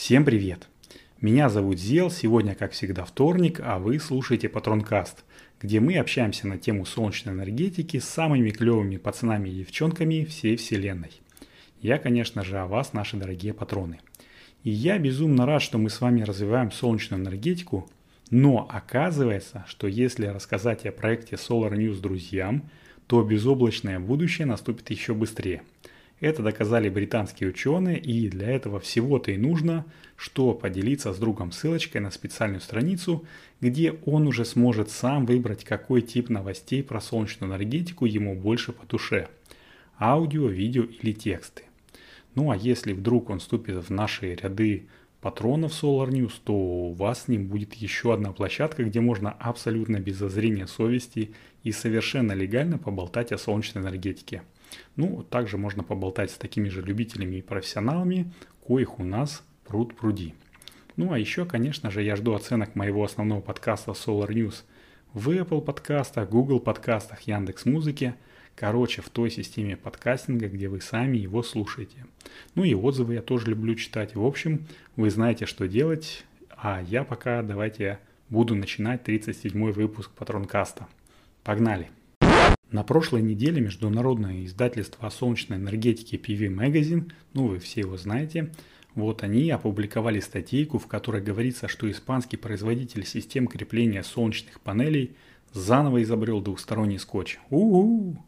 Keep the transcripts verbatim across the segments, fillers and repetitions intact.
Всем привет! Меня зовут Зел, сегодня, как всегда, вторник, а вы слушаете Патронкаст, где мы общаемся на тему солнечной энергетики с самыми клевыми пацанами и девчонками всей вселенной. Я, конечно же, о вас, наши дорогие патроны. И я безумно рад, что мы с вами развиваем солнечную энергетику, но оказывается, что если рассказать о проекте Solar News друзьям, то безоблачное будущее наступит еще быстрее. Это доказали британские ученые, и для этого всего-то и нужно, что поделиться с другом ссылочкой на специальную страницу, где он уже сможет сам выбрать, какой тип новостей про солнечную энергетику ему больше по душе – аудио, видео или тексты. Ну а если вдруг он вступит в наши ряды патронов Solar News, то у вас с ним будет еще одна площадка, где можно абсолютно без зазрения совести и совершенно легально поболтать о солнечной энергетике. Ну, также можно поболтать с такими же любителями и профессионалами, коих у нас пруд пруди. Ну, а еще, конечно же, я жду оценок моего основного подкаста Solar News в Apple подкастах, Google подкастах, Яндекс.Музыке. Короче, в той системе подкастинга, где вы сами его слушаете. Ну и отзывы я тоже люблю читать. В общем, вы знаете, что делать, а я пока давайте буду начинать тридцать седьмой выпуск Патронкаста. Погнали! На прошлой неделе международное издательство о солнечной энергетике пи ви Magazine, ну вы все его знаете, вот они опубликовали статейку, в которой говорится, что испанский производитель систем крепления солнечных панелей заново изобрел двухсторонний скотч. У-у-у!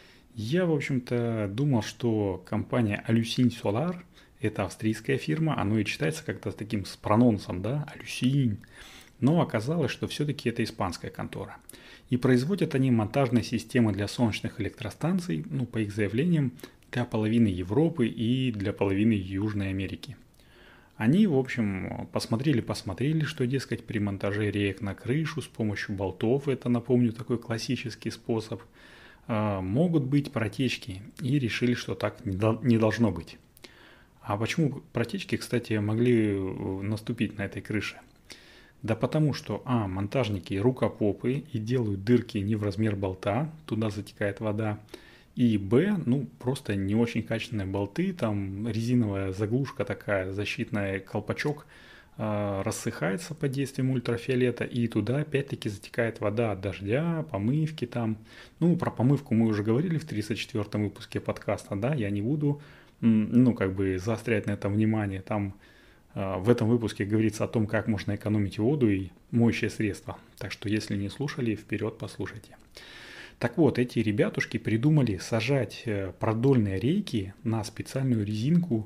Я, в общем-то, думал, что компания Alucine Solar – это австрийская фирма, оно и читается как-то с таким с прононсом, да, Alucine. Но оказалось, что все-таки это испанская контора. И производят они монтажные системы для солнечных электростанций, ну, по их заявлениям, для половины Европы и для половины Южной Америки. Они, в общем, посмотрели-посмотрели, что, дескать, при монтаже реек на крышу с помощью болтов, это, напомню, такой классический способ, могут быть протечки, и решили, что так не должно быть. А почему протечки, кстати, могли наступить на этой крыше? Да потому что, а, монтажники рукопопы и делают дырки не в размер болта, туда затекает вода, и б, ну, просто не очень качественные болты, там резиновая заглушка такая, защитный колпачок э, рассыхается под действием ультрафиолета, и туда опять-таки затекает вода от дождя, помывки там. Ну, про помывку мы уже говорили в тридцать четвёртом выпуске подкаста, да, я не буду, ну, как бы заострять на этом внимание, там в этом выпуске говорится о том, как можно экономить воду и моющие средства. Так что, если не слушали, вперед послушайте. Так вот, эти ребятушки придумали сажать продольные рейки на специальную резинку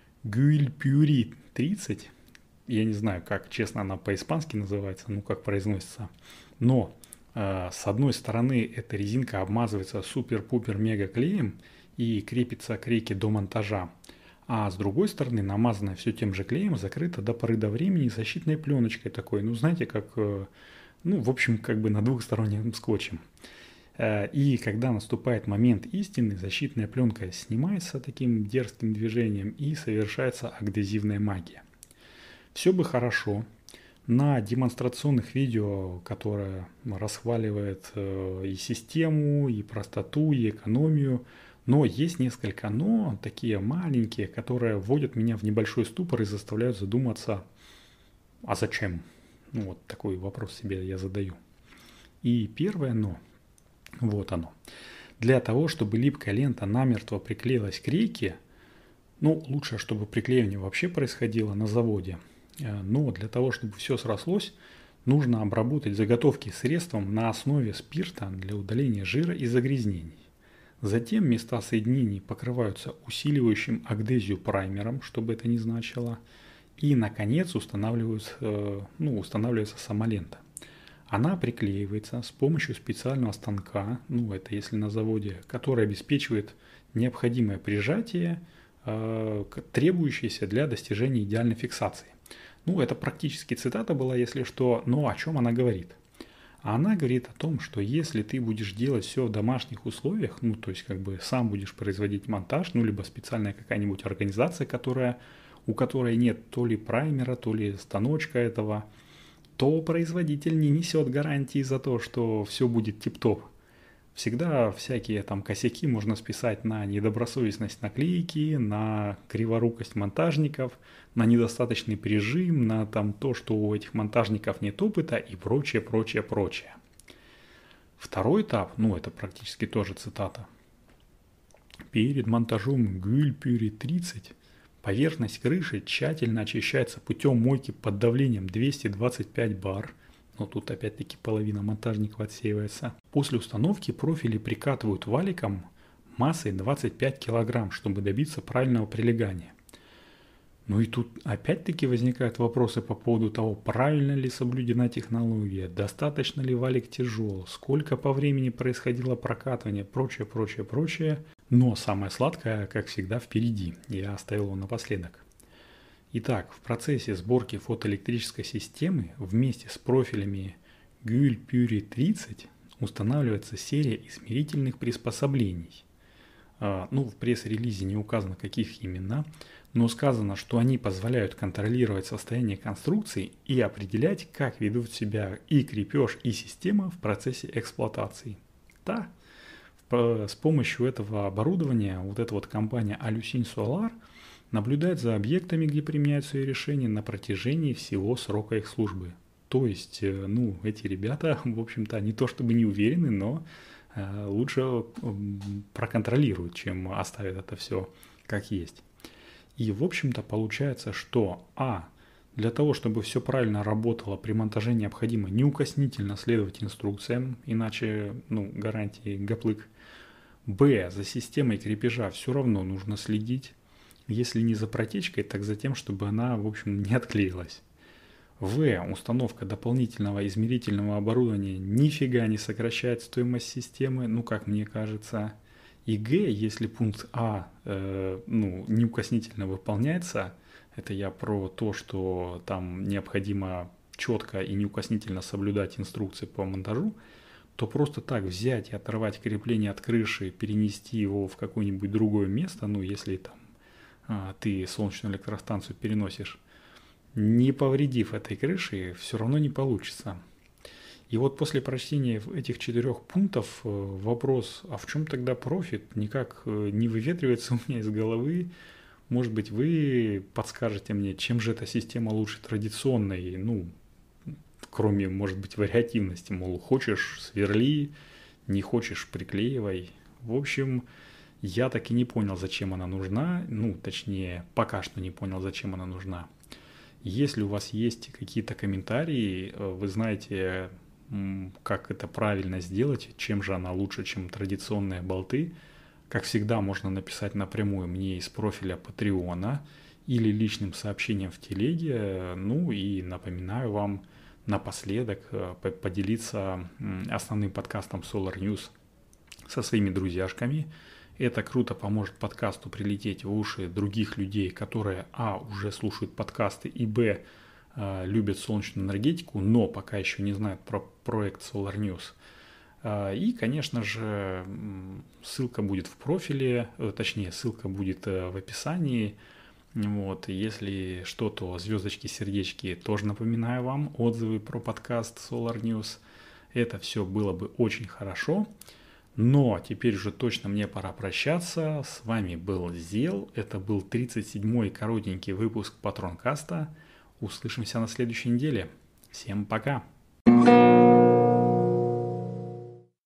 Guilpuri тридцать. Я не знаю, как честно она по-испански называется, ну как произносится. Но э, с одной стороны эта резинка обмазывается супер-пупер-мега клеем и крепится к рейке до монтажа. А с другой стороны, намазанная все тем же клеем, закрыта до поры до времени защитной пленочкой такой. Ну, знаете, как, ну, в общем, как бы на двухстороннем скотчем. И когда наступает момент истины, защитная пленка снимается таким дерзким движением и совершается адгезивная магия. Все бы хорошо. На демонстрационных видео, которое расхваливает и систему, и простоту, и экономию, но есть несколько «но», такие маленькие, которые вводят меня в небольшой ступор и заставляют задуматься, а зачем? Ну вот такой вопрос себе я задаю. И первое «но», вот оно. Для того, чтобы липкая лента намертво приклеилась к рейке, ну лучше, чтобы приклеивание вообще происходило на заводе, но для того, чтобы все срослось, нужно обработать заготовки средством на основе спирта для удаления жира и загрязнений. Затем места соединений покрываются усиливающим адгезию праймером, чтобы это не значило. И, наконец, устанавливается, ну, устанавливается сама лента. Она приклеивается с помощью специального станка, ну, это если на заводе, который обеспечивает необходимое прижатие, э, требующееся для достижения идеальной фиксации. Ну, это практически цитата была, если что, но о чем она говорит? А она говорит о том, что если ты будешь делать все в домашних условиях, ну, то есть как бы сам будешь производить монтаж, ну, либо специальная какая-нибудь организация, которая, у которой нет то ли праймера, то ли станочка этого, то производитель не несет гарантии за то, что все будет тип-топ. Всегда всякие там косяки можно списать на недобросовестность наклейки, на криворукость монтажников, на недостаточный прижим, на там то, что у этих монтажников нет опыта и прочее, прочее, прочее. Второй этап, ну это практически тоже цитата. Перед монтажом Гюльпюри тридцать поверхность крыши тщательно очищается путем мойки под давлением двести двадцать пять бар. Но тут опять-таки половина монтажников отсеивается. После установки профили прикатывают валиком массой двадцать пять килограмм, чтобы добиться правильного прилегания. Ну и тут опять-таки возникают вопросы по поводу того, правильно ли соблюдена технология, достаточно ли валик тяжел, сколько по времени происходило прокатывание, прочее, прочее, прочее. Но самое сладкое, как всегда, впереди. Я оставил его напоследок. Итак, в процессе сборки фотоэлектрической системы вместе с профилями Гюльпюри тридцать устанавливается серия измерительных приспособлений. А, ну, в пресс-релизе не указано, каких именно, но сказано, что они позволяют контролировать состояние конструкции и определять, как ведут себя и крепеж, и система в процессе эксплуатации. Да, с помощью этого оборудования вот эта вот компания Alucine Solar наблюдает за объектами, где применяются ее решения на протяжении всего срока их службы. То есть, ну, эти ребята, в общем-то, не то чтобы не уверены, но э, лучше проконтролируют, чем оставят это все как есть. И, в общем-то, получается, что а. Для того, чтобы все правильно работало, при монтаже необходимо неукоснительно следовать инструкциям, иначе, ну, гарантии гаплык. Б. За системой крепежа все равно нужно следить. Если не за протечкой, так за тем, чтобы она, в общем, не отклеилась. В. Установка дополнительного измерительного оборудования нифига не сокращает стоимость системы, ну, как мне кажется. И Г. Если пункт А э, ну, неукоснительно выполняется, это я про то, что там необходимо четко и неукоснительно соблюдать инструкции по монтажу, то просто так взять и оторвать крепление от крыши, перенести его в какое-нибудь другое место, ну, если там ты солнечную электростанцию переносишь, не повредив этой крыши, все равно не получится. И вот после прочтения этих четырех пунктов вопрос, а в чем тогда профит, никак не выветривается у меня из головы. Может быть, вы подскажете мне, чем же эта система лучше традиционной, ну, кроме, может быть, вариативности, мол, хочешь сверли, не хочешь приклеивай. В общем, я так и не понял, зачем она нужна, ну, точнее, пока что не понял, зачем она нужна. Если у вас есть какие-то комментарии, вы знаете, как это правильно сделать, чем же она лучше, чем традиционные болты, как всегда, можно написать напрямую мне из профиля Патреона или личным сообщением в телеге. Ну и напоминаю вам напоследок поделиться основным подкастом Solar News со своими друзьяшками. Это круто поможет подкасту прилететь в уши других людей, которые а. уже слушают подкасты и б. любят солнечную энергетику, но пока еще не знают про проект Solar News. И, конечно же, ссылка будет в профиле, точнее, ссылка будет в описании. Вот. Если что, то звездочки, сердечки тоже напоминаю вам, отзывы про подкаст Solar News. Это все было бы очень хорошо. Но теперь уже точно мне пора прощаться. С вами был Зел. Это был тридцать седьмой коротенький выпуск Патронкаста. Услышимся на следующей неделе. Всем пока!